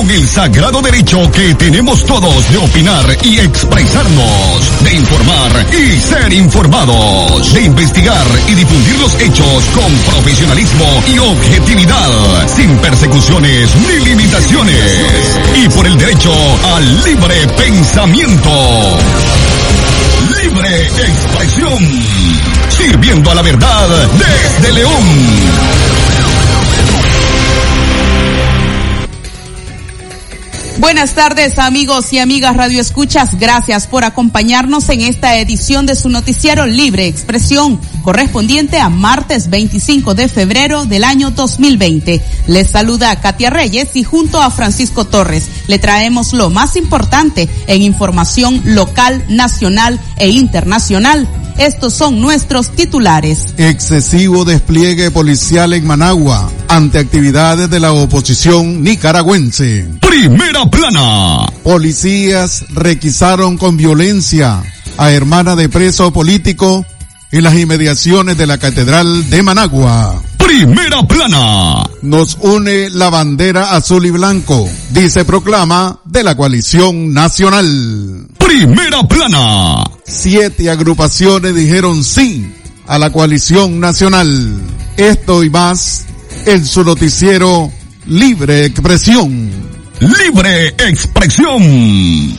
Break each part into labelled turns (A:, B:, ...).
A: con el sagrado derecho que tenemos todos de opinar y expresarnos, de informar y ser informados, de investigar y difundir los hechos con profesionalismo y objetividad, sin persecuciones ni limitaciones, y por el derecho al libre pensamiento. Libre expresión, sirviendo a la verdad desde León.
B: Buenas tardes, amigos y amigas radioescuchas. Gracias por acompañarnos en esta edición de su noticiero Libre Expresión, correspondiente a martes 25 de febrero del año 2020. Les saluda Katia Reyes y junto a Francisco Torres le traemos lo más importante en información local, nacional e internacional. Estos son nuestros titulares.
C: Excesivo despliegue policial en Managua ante actividades de la oposición nicaragüense.
A: Primera plana.
C: Policías requisaron con violencia a hermana de preso político en las inmediaciones de la Catedral de Managua.
A: Primera plana.
C: Nos une la bandera azul y blanco, dice proclama de la coalición nacional.
A: Primera plana.
C: 7 agrupaciones dijeron sí a la coalición nacional. Esto y más en su noticiero Libre Expresión.
A: Libre Expresión.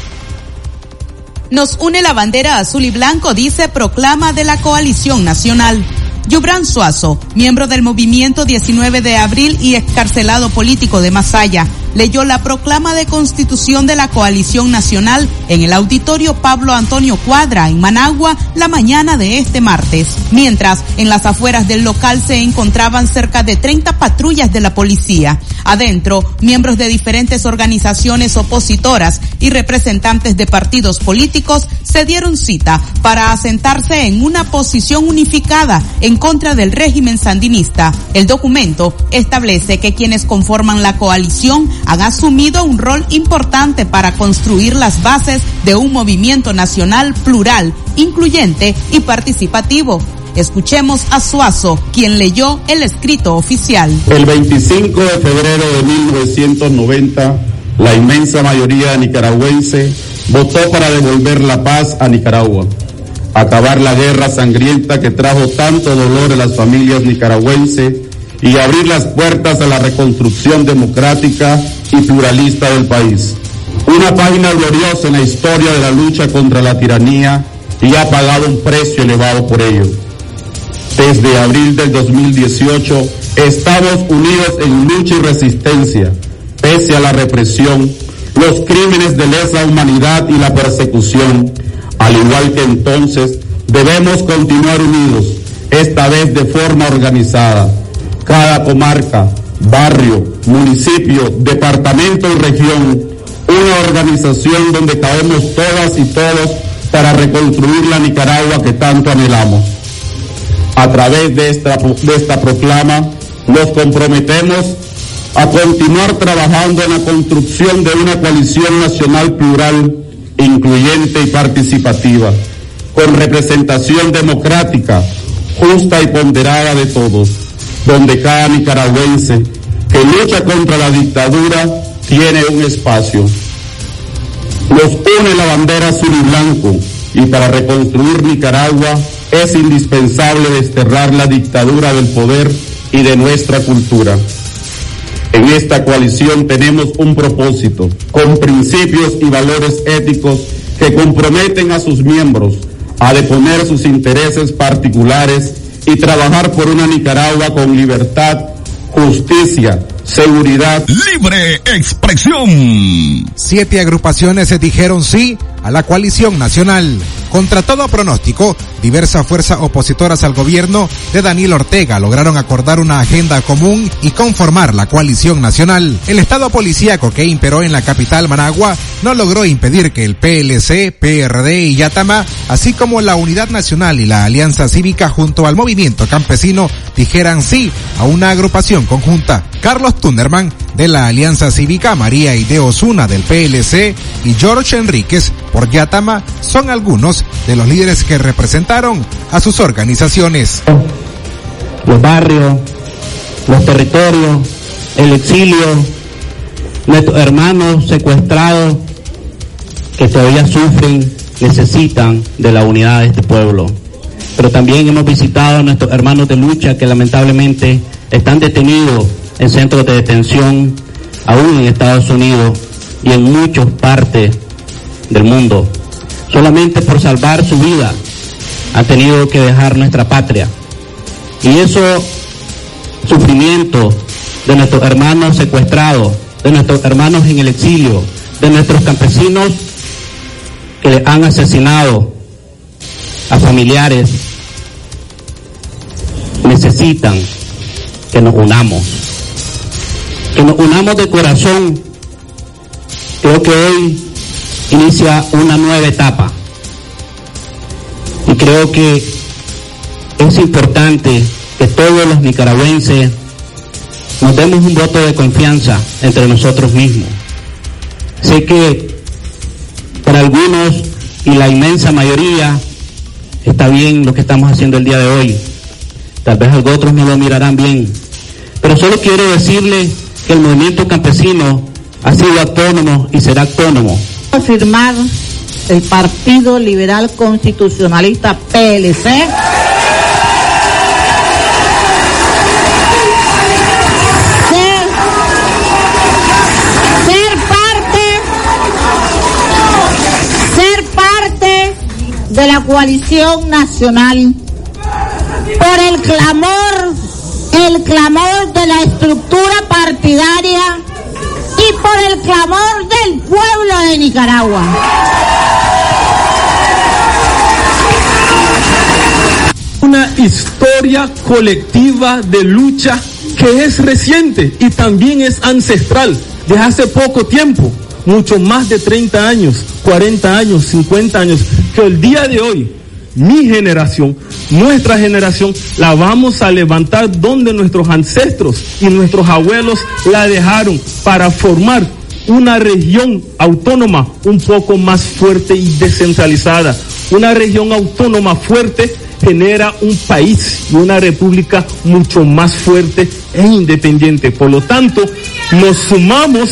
B: Nos une la bandera azul y blanco, dice proclama de la coalición nacional. Yubran Suazo, miembro del movimiento 19 de abril y excarcelado político de Masaya, leyó la proclama de constitución de la coalición nacional en el auditorio Pablo Antonio Cuadra en Managua la mañana de este martes. Mientras, en las afueras del local se encontraban cerca de 30 patrullas de la policía. Adentro, miembros de diferentes organizaciones opositoras y representantes de partidos políticos se dieron cita para asentarse en una posición unificada en contra del régimen sandinista. El documento establece que quienes conforman la coalición han asumido un rol importante para construir las bases de un movimiento nacional plural, incluyente y participativo. Escuchemos a Suazo, quien leyó el escrito oficial.
D: El 25 de febrero de 1990, la inmensa mayoría nicaragüense votó para devolver la paz a Nicaragua, acabar la guerra sangrienta que trajo tanto dolor a las familias nicaragüenses y abrir las puertas a la reconstrucción democrática y pluralista del país. Una página gloriosa en la historia de la lucha contra la tiranía y ha pagado un precio elevado por ello. Desde abril del 2018 estamos unidos en lucha y resistencia, pese a la represión, los crímenes de lesa humanidad y la persecución. Al igual que entonces, debemos continuar unidos, esta vez de forma organizada. Cada comarca, barrio, municipio, departamento y región, una organización donde cabemos todas y todos para reconstruir la Nicaragua que tanto anhelamos. A través de esta proclama, nos comprometemos a continuar trabajando en la construcción de una coalición nacional plural, incluyente y participativa, con representación democrática, justa y ponderada de todos, donde cada nicaragüense que lucha contra la dictadura tiene un espacio. Nos une la bandera azul y blanco, y para reconstruir Nicaragua es indispensable desterrar la dictadura del poder y de nuestra cultura. En esta coalición tenemos un propósito, con principios y valores éticos que comprometen a sus miembros a deponer sus intereses particulares y trabajar por una Nicaragua con libertad, justicia, seguridad.
A: Libre expresión.
E: 7 agrupaciones se dijeron sí a la coalición nacional. Contra todo pronóstico, diversas fuerzas opositoras al gobierno de Daniel Ortega lograron acordar una agenda común y conformar la coalición nacional. El estado policíaco que imperó en la capital Managua no logró impedir que el PLC, PRD y Yatama, así como la Unidad Nacional y la Alianza Cívica junto al movimiento campesino, dijeran sí a una agrupación conjunta. Carlos Tunderman de la Alianza Cívica, María Ide Osuna del PLC y George Enríquez por Yatama son algunos de los líderes que representaron a sus organizaciones.
F: Los barrios, los territorios, el exilio, Nuestros hermanos secuestrados que todavía sufren necesitan de la unidad de este pueblo. Pero también hemos visitado a nuestros hermanos de lucha que lamentablemente están detenidos en centros de detención, aún en Estados Unidos y en muchas partes del mundo. Solamente por salvar su vida han tenido que dejar nuestra patria. Y esos sufrimientos de nuestros hermanos secuestrados, de nuestros hermanos en el exilio, de nuestros campesinos que les han asesinado a familiares, necesitan que nos unamos de corazón. Creo que hoy inicia una nueva etapa y creo que es importante que todos los nicaragüenses nos demos un voto de confianza entre nosotros mismos. Sé que para algunos y la inmensa mayoría está bien lo que estamos haciendo el día de hoy. Tal vez otros no lo mirarán bien, pero solo quiero decirles que el movimiento campesino ha sido autónomo y será autónomo.
G: Firmar el Partido Liberal Constitucionalista PLC ser parte de la coalición nacional por el clamor de la estructura partidaria y por el clamor del pueblo de Nicaragua.
H: Una historia colectiva de lucha que es reciente y también es ancestral, de hace poco tiempo, mucho más de 30 años, 40 años, 50 años, que el día de hoy, mi generación, nuestra generación, la vamos a levantar donde nuestros ancestros y nuestros abuelos la dejaron, para formar una región autónoma un poco más fuerte y descentralizada. Una región autónoma fuerte genera un país y una república mucho más fuerte e independiente. Por lo tanto, nos sumamos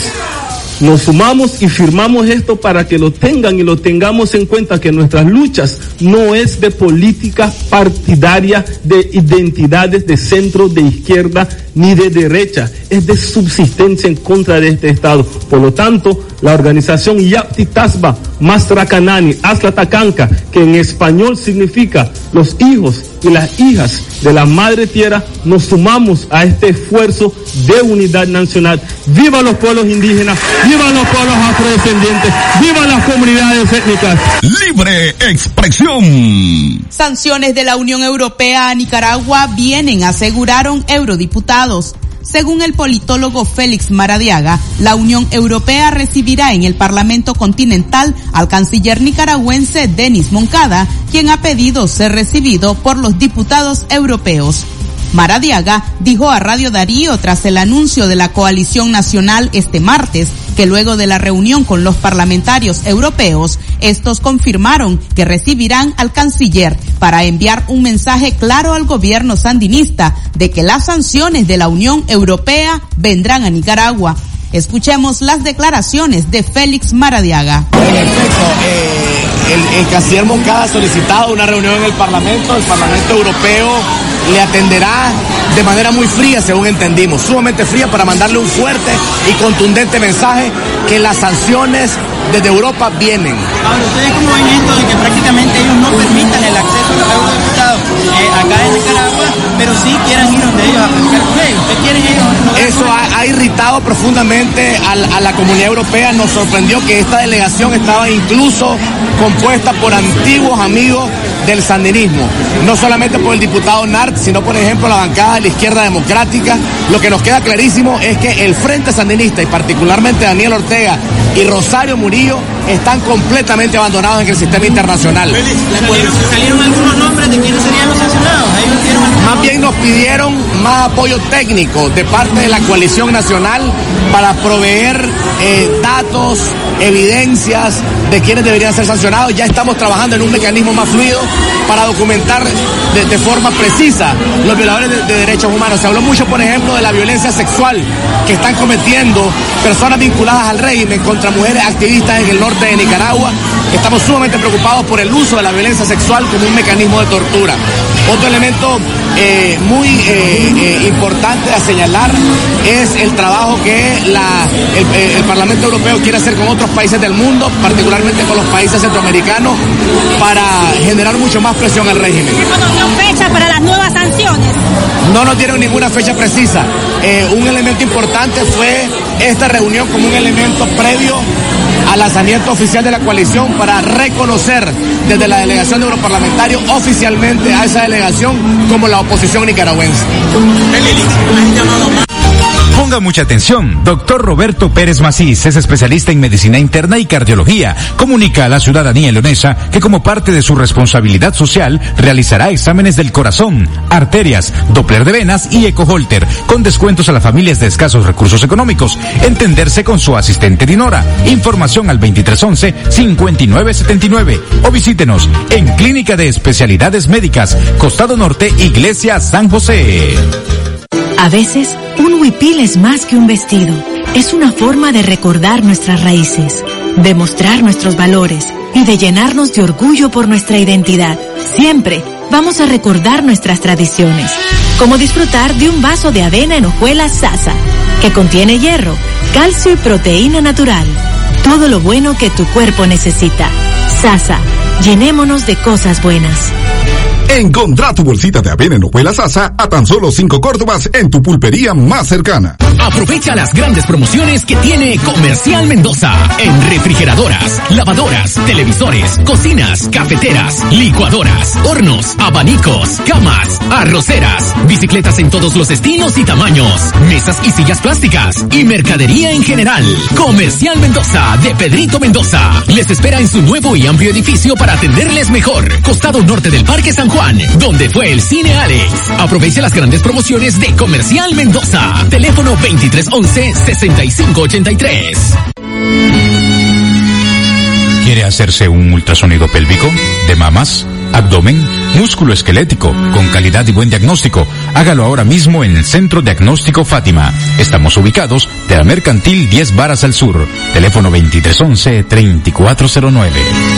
H: y firmamos esto para que lo tengan y lo tengamos en cuenta, que nuestras luchas no es de política partidaria, de identidades de centro, de izquierda ni de derecha, es de subsistencia en contra de este Estado. Por lo tanto, la organización Yapti Tasba Mastracanani Aslatacanca, que en español significa los hijos y las hijas de la madre tierra, nos sumamos a este esfuerzo de unidad nacional. ¡Viva los pueblos indígenas! ¡Viva los pueblos afrodescendientes! ¡Viva las comunidades étnicas!
A: Libre expresión.
B: Sanciones de la Unión Europea a Nicaragua vienen, aseguraron eurodiputados. Según el politólogo Félix Maradiaga, la Unión Europea recibirá en el Parlamento Continental al canciller nicaragüense Denis Moncada, quien ha pedido ser recibido por los diputados europeos. Maradiaga dijo a Radio Darío tras el anuncio de la coalición nacional este martes que luego de la reunión con los parlamentarios europeos, estos confirmaron que recibirán al canciller para enviar un mensaje claro al gobierno sandinista de que las sanciones de la Unión Europea vendrán a Nicaragua. Escuchemos las declaraciones de Félix Maradiaga.
I: En efecto, el canciller Moncada ha solicitado una reunión en el Parlamento Europeo le atenderá de manera muy fría, según entendimos, sumamente fría, para mandarle un fuerte y contundente mensaje que las sanciones desde Europa vienen.
J: Ahora, ¿ustedes cómo ven esto de que prácticamente ellos no permitan el acceso a los eurodiputados acá en Nicaragua, pero sí quieran ir donde ellos a platicar con ellos? ¿Qué quieren ellos?
I: Eso ha irritado profundamente a la comunidad europea. Nos sorprendió que esta delegación estaba incluso compuesta por antiguos amigos del sandinismo, no solamente por el diputado Nart, sino por ejemplo la bancada de la izquierda democrática. Lo que nos queda clarísimo es que el Frente Sandinista y particularmente Daniel Ortega y Rosario Murillo están completamente abandonados en el sistema internacional.
J: ¿Salieron algunos nombres de quiénes serían los sancionados?
I: Más bien nos pidieron más apoyo técnico de parte de la coalición nacional para proveer datos, evidencias de quienes deberían ser sancionados. Ya estamos trabajando en un mecanismo más fluido para documentar de forma precisa los violadores de derechos humanos. Se habló mucho, por ejemplo, de la violencia sexual que están cometiendo personas vinculadas al régimen contra mujeres activistas en el norte de Nicaragua. Estamos sumamente preocupados por el uso de la violencia sexual como un mecanismo de tortura. Otro elemento muy importante a señalar es el trabajo que el Parlamento Europeo quiere hacer con otros países del mundo, particularmente con los países centroamericanos, para generar mucho más presión al régimen.
G: ¿No fecha para las nuevas sanciones?
I: No nos dieron ninguna fecha precisa. Un elemento importante fue esta reunión como un elemento previo al lanzamiento oficial de la coalición para reconocer desde la delegación de europarlamentarios oficialmente a esa delegación como la oposición nicaragüense.
K: Ponga mucha atención. Doctor Roberto Pérez Macís es especialista en medicina interna y cardiología. Comunica a la ciudadanía leonesa que como parte de su responsabilidad social realizará exámenes del corazón, arterias, Doppler de venas y ecoholter, con descuentos a las familias de escasos recursos económicos. Entenderse con su asistente Dinora. Información al 2311-5979 o visítenos en Clínica de Especialidades Médicas, Costado Norte, Iglesia San José.
L: A veces, un huipil es más que un vestido. Es una forma de recordar nuestras raíces, de mostrar nuestros valores y de llenarnos de orgullo por nuestra identidad. Siempre vamos a recordar nuestras tradiciones, como disfrutar de un vaso de avena en hojuelas Sasa, que contiene hierro, calcio y proteína natural. Todo lo bueno que tu cuerpo necesita. Sasa, llenémonos de cosas buenas.
A: Encontrá tu bolsita de avena en hojuelas Sasa a tan solo 5 córdobas en tu pulpería más cercana.
M: Aprovecha las grandes promociones que tiene Comercial Mendoza en refrigeradoras, lavadoras, televisores, cocinas, cafeteras, licuadoras, hornos, abanicos, camas, arroceras, bicicletas en todos los estilos y tamaños, mesas y sillas plásticas y mercadería en general. Comercial Mendoza de Pedrito Mendoza les espera en su nuevo y amplio edificio para atenderles mejor. Costado norte del Parque San Juan, donde fue el Cine Alex. Aprovecha las grandes promociones de Comercial Mendoza. Teléfono 2311-6583.
K: ¿Quiere hacerse un ultrasonido pélvico, de mamas, abdomen, músculo esquelético, con calidad y buen diagnóstico? Hágalo ahora mismo en el Centro Diagnóstico Fátima. Estamos ubicados de la Mercantil 10 Varas al sur. Teléfono 2311-3409.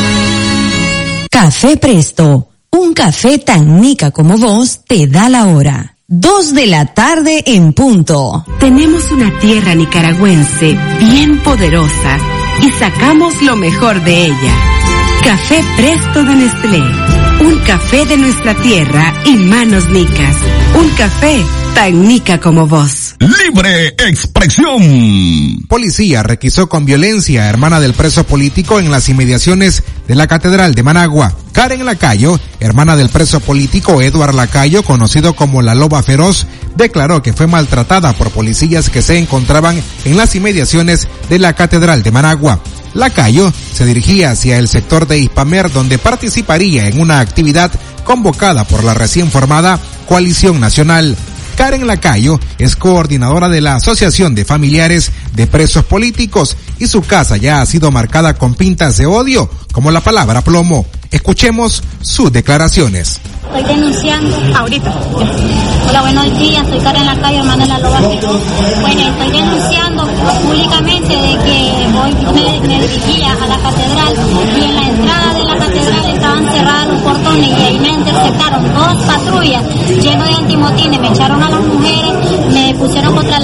N: Café Presto. Un café tan nica como vos te da la hora. 2 de la tarde en punto.
O: Tenemos una tierra nicaragüense bien poderosa y sacamos lo mejor de ella. Café Presto de Nestlé. Un café de nuestra tierra y manos nicas. Un café tan nica como vos.
A: Libre expresión.
E: Policía requisó con violencia a hermana del preso político en las inmediaciones de la Catedral de Managua. Karen Lacayo, hermana del preso político Eduard Lacayo, conocido como la Loba Feroz, declaró que fue maltratada por policías que se encontraban en las inmediaciones de la Catedral de Managua. Lacayo se dirigía hacia el sector de Hispamer, donde participaría en una actividad convocada por la recién formada Coalición Nacional. Karen Lacayo es coordinadora de la Asociación de Familiares de Presos Políticos y su casa ya ha sido marcada con pintas de odio, como la palabra plomo. Escuchemos sus declaraciones.
P: Estoy denunciando ahorita. Hola, buenos días, soy Karen Lacayo, hermana de la Loba Feroz. Bueno, estoy denunciando públicamente de que hoy me dirigía a la catedral y en la entrada de la catedral estaban cerrados los portones y ahí me interceptaron 2 patrullas llenos de antimotines, me echaron a las mujeres, me pusieron contra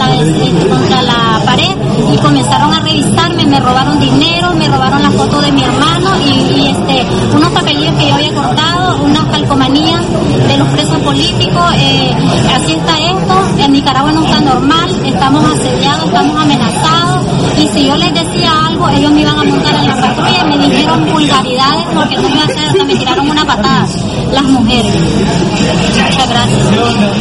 P: la pared y comenzaron a revisarme, me robaron dinero, me robaron la foto de mi hermano y unos papelillos que yo había cortado, unas calcomanías de los presos políticos. Así está esto, en Nicaragua no está normal, estamos asediados, estamos amenazados y si yo les decía algo ellos me iban a montar en la patrulla y me dijeron vulgaridades porque no me iba a hacer, hasta me tiraron una patada las mujeres. Muchas gracias.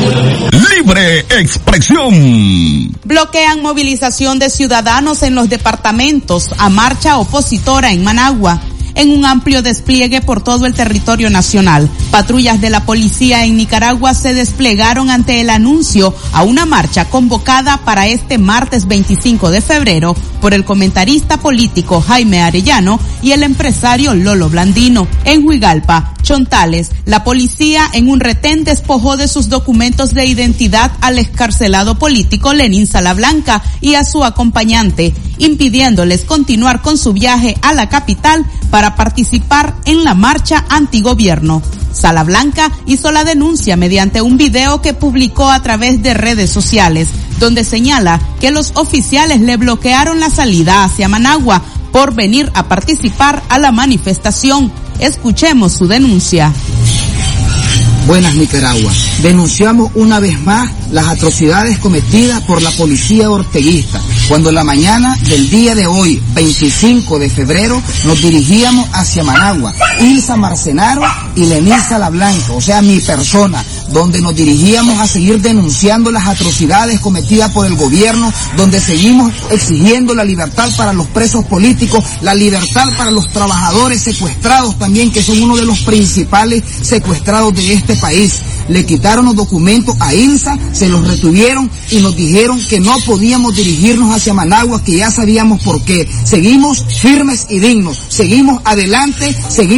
A: Libre expresión.
B: Bloquean movilización de ciudadanos en los departamentos a marcha opositora en Managua. en un amplio despliegue por todo el territorio nacional. Patrullas de la policía en Nicaragua se desplegaron ante el anuncio a una marcha convocada para este martes 25 de febrero por el comentarista político Jaime Arellano y el empresario Lolo Blandino. En Huigalpa, Chontales, la policía en un retén despojó de sus documentos de identidad al excarcelado político Lenín Salablanca y a su acompañante, impidiéndoles continuar con su viaje a la capital para participar en la marcha antigobierno. Salablanca hizo la denuncia mediante un video que publicó a través de redes sociales, donde señala que los oficiales le bloquearon la salida hacia Managua por venir a participar a la manifestación. Escuchemos su denuncia.
Q: Buenas, Nicaragua. Denunciamos una vez más las atrocidades cometidas por la policía orteguista, cuando en la mañana del día de hoy, 25 de febrero, nos dirigíamos hacia Managua, Ilsa Marcenaro y Lenín Salablanca, o sea, mi persona, donde nos dirigíamos a seguir denunciando las atrocidades cometidas por el gobierno, donde seguimos exigiendo la libertad para los presos políticos, la libertad para los trabajadores secuestrados también, que son uno de los principales secuestrados de este país. Le quitaron los documentos a Ilsa, se los retuvieron y nos dijeron que no podíamos dirigirnos hacia Managua, que ya sabíamos por qué. Seguimos firmes y dignos, seguimos adelante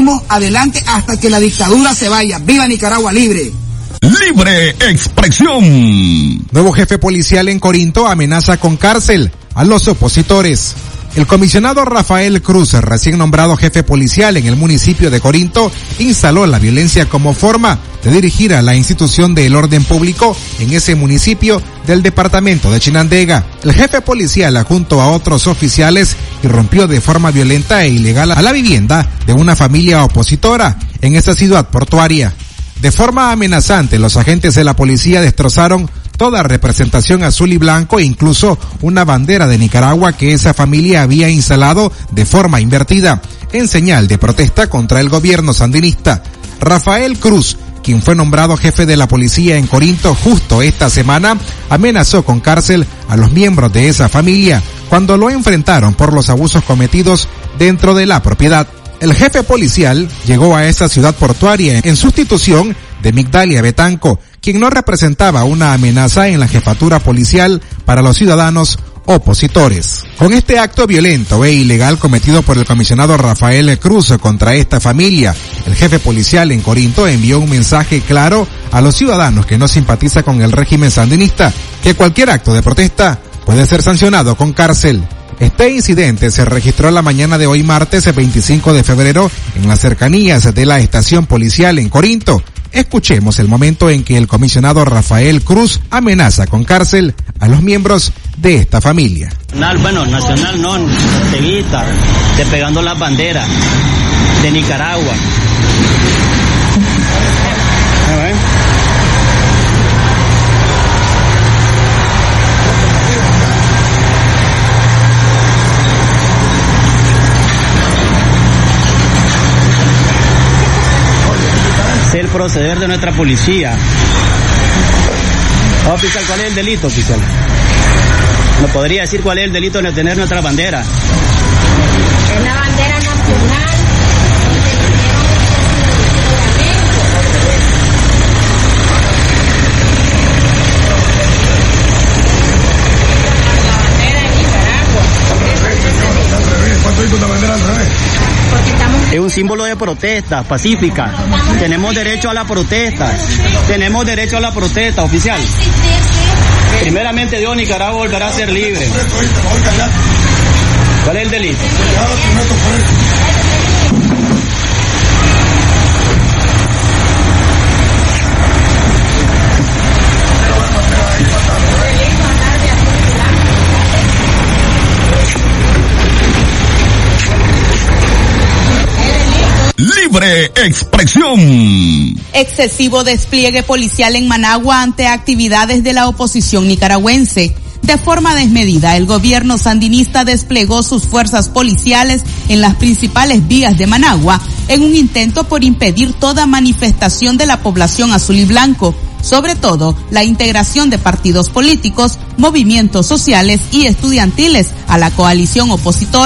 Q: hasta que la dictadura se vaya. ¡Viva Nicaragua libre!
A: Libre expresión.
E: Nuevo jefe policial en Corinto amenaza con cárcel a los opositores. El comisionado Rafael Cruz, recién nombrado jefe policial en el municipio de Corinto, instaló la violencia como forma de dirigir a la institución del orden público en ese municipio del departamento de Chinandega. El jefe policial, junto a otros oficiales, irrumpió de forma violenta e ilegal a la vivienda de una familia opositora en esa ciudad portuaria. De forma amenazante, los agentes de la policía destrozaron toda representación azul y blanco e incluso una bandera de Nicaragua que esa familia había instalado de forma invertida, en señal de protesta contra el gobierno sandinista. Rafael Cruz, quien fue nombrado jefe de la policía en Corinto justo esta semana, amenazó con cárcel a los miembros de esa familia cuando lo enfrentaron por los abusos cometidos dentro de la propiedad. El jefe policial llegó a esa ciudad portuaria en sustitución de Migdalia Betanco, quien no representaba una amenaza en la jefatura policial para los ciudadanos opositores. Con este acto violento e ilegal cometido por el comisionado Rafael Cruz contra esta familia, el jefe policial en Corinto envió un mensaje claro a los ciudadanos que no simpatizan con el régimen sandinista, que cualquier acto de protesta puede ser sancionado con cárcel. Este incidente se registró la mañana de hoy martes 25 de febrero en las cercanías de la estación policial en Corinto. Escuchemos el momento en que el comisionado Rafael Cruz amenaza con cárcel a los miembros de esta familia.
J: Nacional no, orteguista, despegando las banderas de Nicaragua. El proceder de nuestra policía. Oficial, ¿cuál es el delito, oficial? ¿Nos podría decir cuál es el delito de tener nuestra bandera?
G: Es la bandera nacional.
J: Es un símbolo de protesta pacífica. Tenemos derecho a la protesta. Tenemos derecho a la protesta, oficial. Primeramente Dios, Nicaragua volverá a ser libre. ¿Cuál es el delito?
A: Libre expresión.
B: Excesivo despliegue policial en Managua ante actividades de la oposición nicaragüense. De forma desmedida, el gobierno sandinista desplegó sus fuerzas policiales en las principales vías de Managua en un intento por impedir toda manifestación de la población azul y blanco, sobre todo la integración de partidos políticos, movimientos sociales y estudiantiles a la coalición opositora.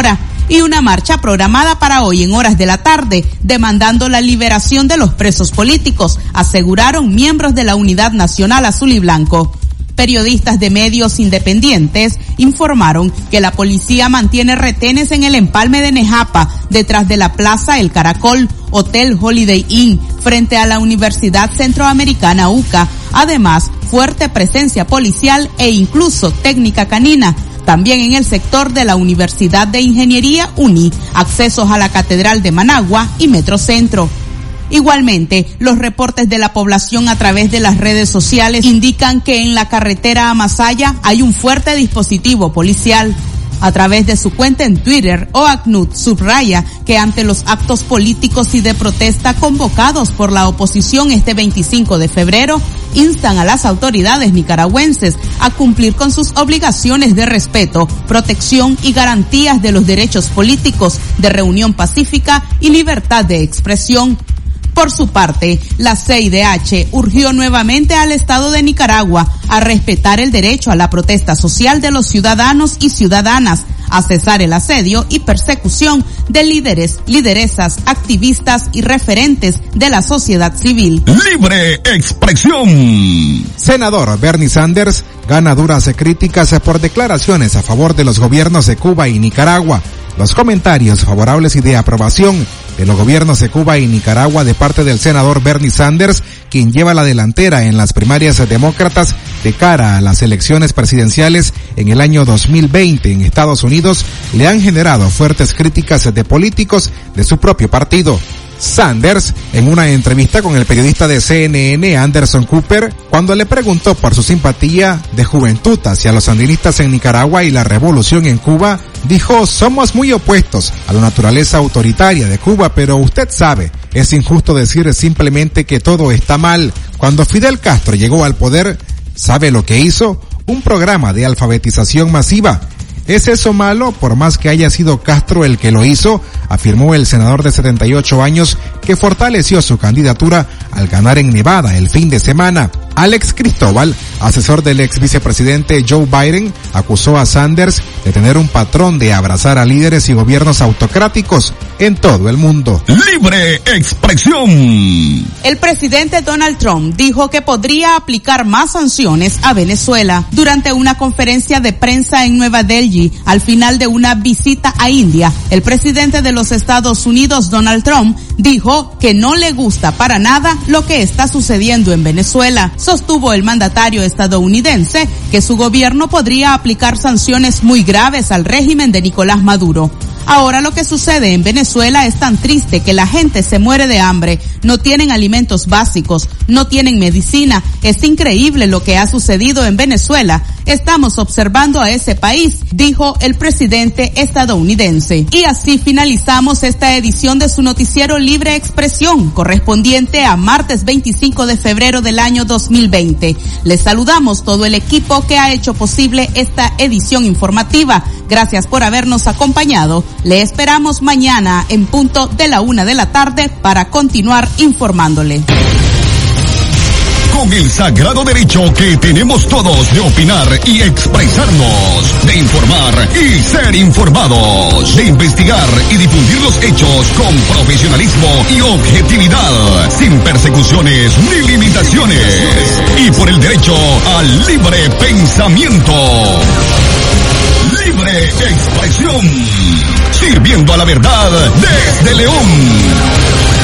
B: y una marcha programada para hoy en horas de la tarde, demandando la liberación de los presos políticos, aseguraron miembros de la Unidad Nacional Azul y Blanco. Periodistas de medios independientes informaron que la policía mantiene retenes en el empalme de Nejapa, detrás de la Plaza El Caracol, Hotel Holiday Inn, frente a la Universidad Centroamericana UCA. Además, fuerte presencia policial e incluso técnica canina. También en el sector de la Universidad de Ingeniería UNI, accesos a la Catedral de Managua y Metrocentro. Igualmente, los reportes de la población a través de las redes sociales indican que en la carretera a Masaya hay un fuerte dispositivo policial. A través de su cuenta en Twitter, OACNUD subraya que ante los actos políticos y de protesta convocados por la oposición este 25 de febrero, instan a las autoridades nicaragüenses a cumplir con sus obligaciones de respeto, protección y garantías de los derechos políticos, de reunión pacífica y libertad de expresión. Por su parte, la CIDH urgió nuevamente al Estado de Nicaragua a respetar el derecho a la protesta social de los ciudadanos y ciudadanas, a cesar el asedio y persecución de líderes, lideresas, activistas y referentes de la sociedad civil.
A: Libre expresión.
E: Senador Bernie Sanders gana duras críticas por declaraciones a favor de los gobiernos de Cuba y Nicaragua. Los comentarios favorables y de aprobación de los gobiernos de Cuba y Nicaragua de parte del senador Bernie Sanders, quien lleva la delantera en las primarias demócratas de cara a las elecciones presidenciales en el año 2020 en Estados Unidos, le han generado fuertes críticas de políticos de su propio partido. Sanders, en una entrevista con el periodista de CNN Anderson Cooper, cuando le preguntó por su simpatía de juventud hacia los sandinistas en Nicaragua y la revolución en Cuba, dijo: somos muy opuestos a la naturaleza autoritaria de Cuba, pero usted sabe, es injusto decir simplemente que todo está mal. Cuando Fidel Castro llegó al poder, ¿sabe lo que hizo? Un programa de alfabetización masiva. ¿Es eso malo? Por más que haya sido Castro el que lo hizo, afirmó el senador de 78 años, que fortaleció su candidatura al ganar en Nevada el fin de semana. Alex Cristóbal, asesor del ex vicepresidente Joe Biden, acusó a Sanders de tener un patrón de abrazar a líderes y gobiernos autocráticos en todo el mundo.
A: Libre expresión.
B: El presidente Donald Trump dijo que podría aplicar más sanciones a Venezuela durante una conferencia de prensa en Nueva Delhi al final de una visita a India. El presidente de los Estados Unidos, Donald Trump, dijo que no le gusta para nada lo que está sucediendo en Venezuela. Sostuvo el mandatario estadounidense que su gobierno podría aplicar sanciones muy graves al régimen de Nicolás Maduro. Ahora lo que sucede en Venezuela es tan triste que la gente se muere de hambre, no tienen alimentos básicos, no tienen medicina. Es increíble lo que ha sucedido en Venezuela. Estamos observando a ese país, dijo el presidente estadounidense. Y así finalizamos esta edición de su noticiero Libre Expresión, correspondiente a martes 25 de febrero del año 2020. Les saludamos todo el equipo que ha hecho posible esta edición informativa. Gracias por habernos acompañado. Le esperamos mañana en punto de la 1 de la tarde para continuar informándole.
A: Con el sagrado derecho que tenemos todos de opinar y expresarnos, de informar y ser informados, de investigar y difundir los hechos con profesionalismo y objetividad, sin persecuciones ni limitaciones, y por el derecho al libre pensamiento. Libre expresión, sirviendo a la verdad desde León.